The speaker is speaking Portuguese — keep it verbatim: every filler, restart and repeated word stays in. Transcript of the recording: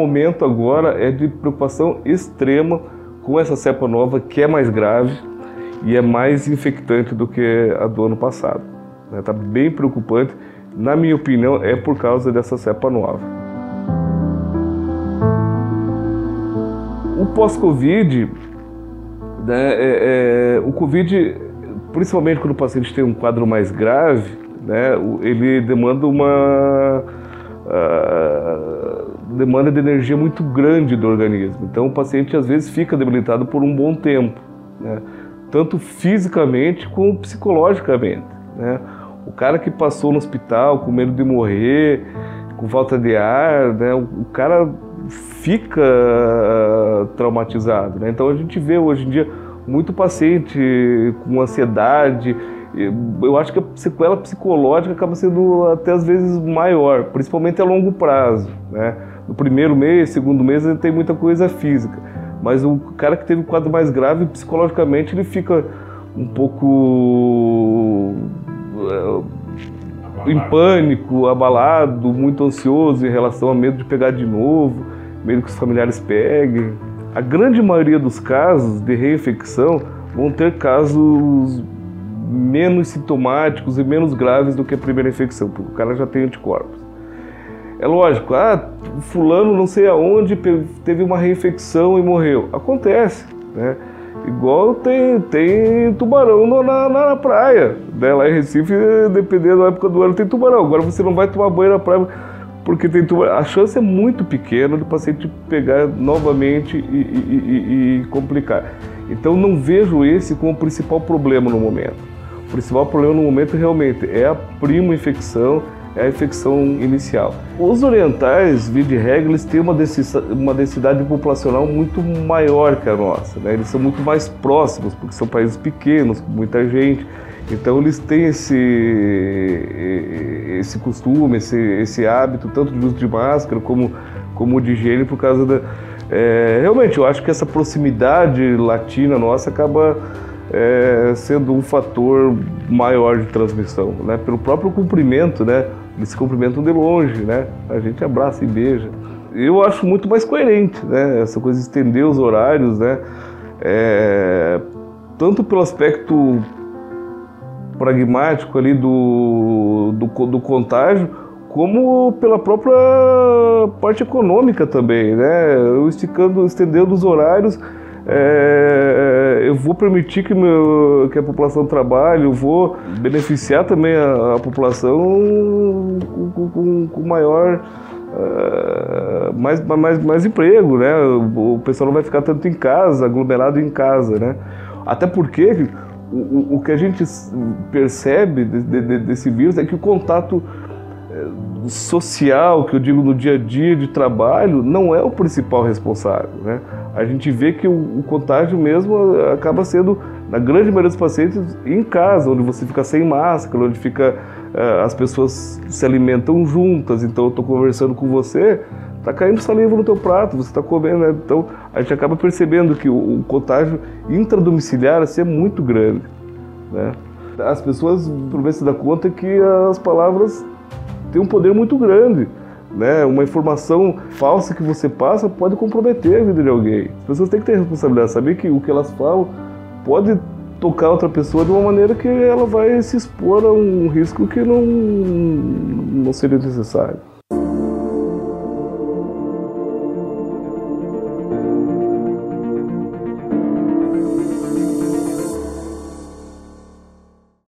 momento agora é de preocupação extrema com essa cepa nova, que é mais grave e é mais infectante do que a do ano passado. Está bem preocupante. Na minha opinião, é por causa dessa cepa nova. O pós-Covid, né, é, é, o Covid, principalmente quando o paciente tem um quadro mais grave, né, ele demanda uma uh, demanda de energia muito grande do organismo. Então o paciente às vezes fica debilitado por um bom tempo, né, tanto fisicamente como psicologicamente, né. O cara que passou no hospital com medo de morrer, com falta de ar, né, o cara fica traumatizado, né? Então a gente vê hoje em dia muito paciente com ansiedade. Eu acho que a sequela psicológica acaba sendo até às vezes maior, principalmente a longo prazo, né? No primeiro mês, segundo mês, ele tem muita coisa física, mas o cara que teve um quadro mais grave, psicologicamente, ele fica um pouco em pânico, abalado, muito ansioso em relação a medo de pegar de novo, medo que os familiares peguem. A grande maioria dos casos de reinfecção vão ter casos menos sintomáticos e menos graves do que a primeira infecção, porque o cara já tem anticorpos. É lógico, ah, fulano não sei aonde teve uma reinfecção e morreu. Acontece, né? Igual tem, tem tubarão na, na, na praia, né? Lá em Recife, dependendo da época do ano, tem tubarão. Agora você não vai tomar banho na praia porque tem tubarão. A chance é muito pequena do paciente pegar novamente e, e, e, e complicar. Então não vejo esse como o principal problema no momento. O principal problema no momento realmente é a prima infecção, é a infecção inicial. Os orientais, via de regra, eles têm uma densidade populacional muito maior que a nossa, né? Eles são muito mais próximos, porque são países pequenos, com muita gente. Então eles têm esse, esse costume, esse, esse hábito, tanto de uso de máscara como, como de higiene, por causa da... É, realmente, eu acho que essa proximidade latina nossa acaba é, sendo um fator maior de transmissão, né? Pelo próprio cumprimento, né? Eles se cumprimentam de longe, né? A gente abraça e beija. Eu acho muito mais coerente, né? Essa coisa de estender os horários, né? É, tanto pelo aspecto pragmático ali do, do, do contágio, como pela própria parte econômica também, né? Eu esticando, estendendo os horários, é, eu vou permitir que, meu, que a população trabalhe, eu vou beneficiar também a, a população com, com, com maior, uh, mais, mais, mais emprego, né? O, o pessoal não vai ficar tanto em casa, aglomerado em casa, né? Até porque o, o que a gente percebe de, de, desse vírus é que o contato social, que eu digo no dia a dia de trabalho, não é o principal responsável, né? A gente vê que o, o contágio mesmo acaba sendo, na grande maioria dos pacientes, em casa, onde você fica sem máscara, onde fica, uh, as pessoas se alimentam juntas. Então eu estou conversando com você, está caindo saliva no teu prato, você está comendo, né? Então a gente acaba percebendo que o, o contágio intradomiciliar assim, é muito grande, né? As pessoas, por vezes, se dão conta que as palavras tem um poder muito grande, né? Uma informação falsa que você passa pode comprometer a vida de alguém. As pessoas têm que ter responsabilidade, saber que o que elas falam pode tocar outra pessoa de uma maneira que ela vai se expor a um risco que não, não seria necessário.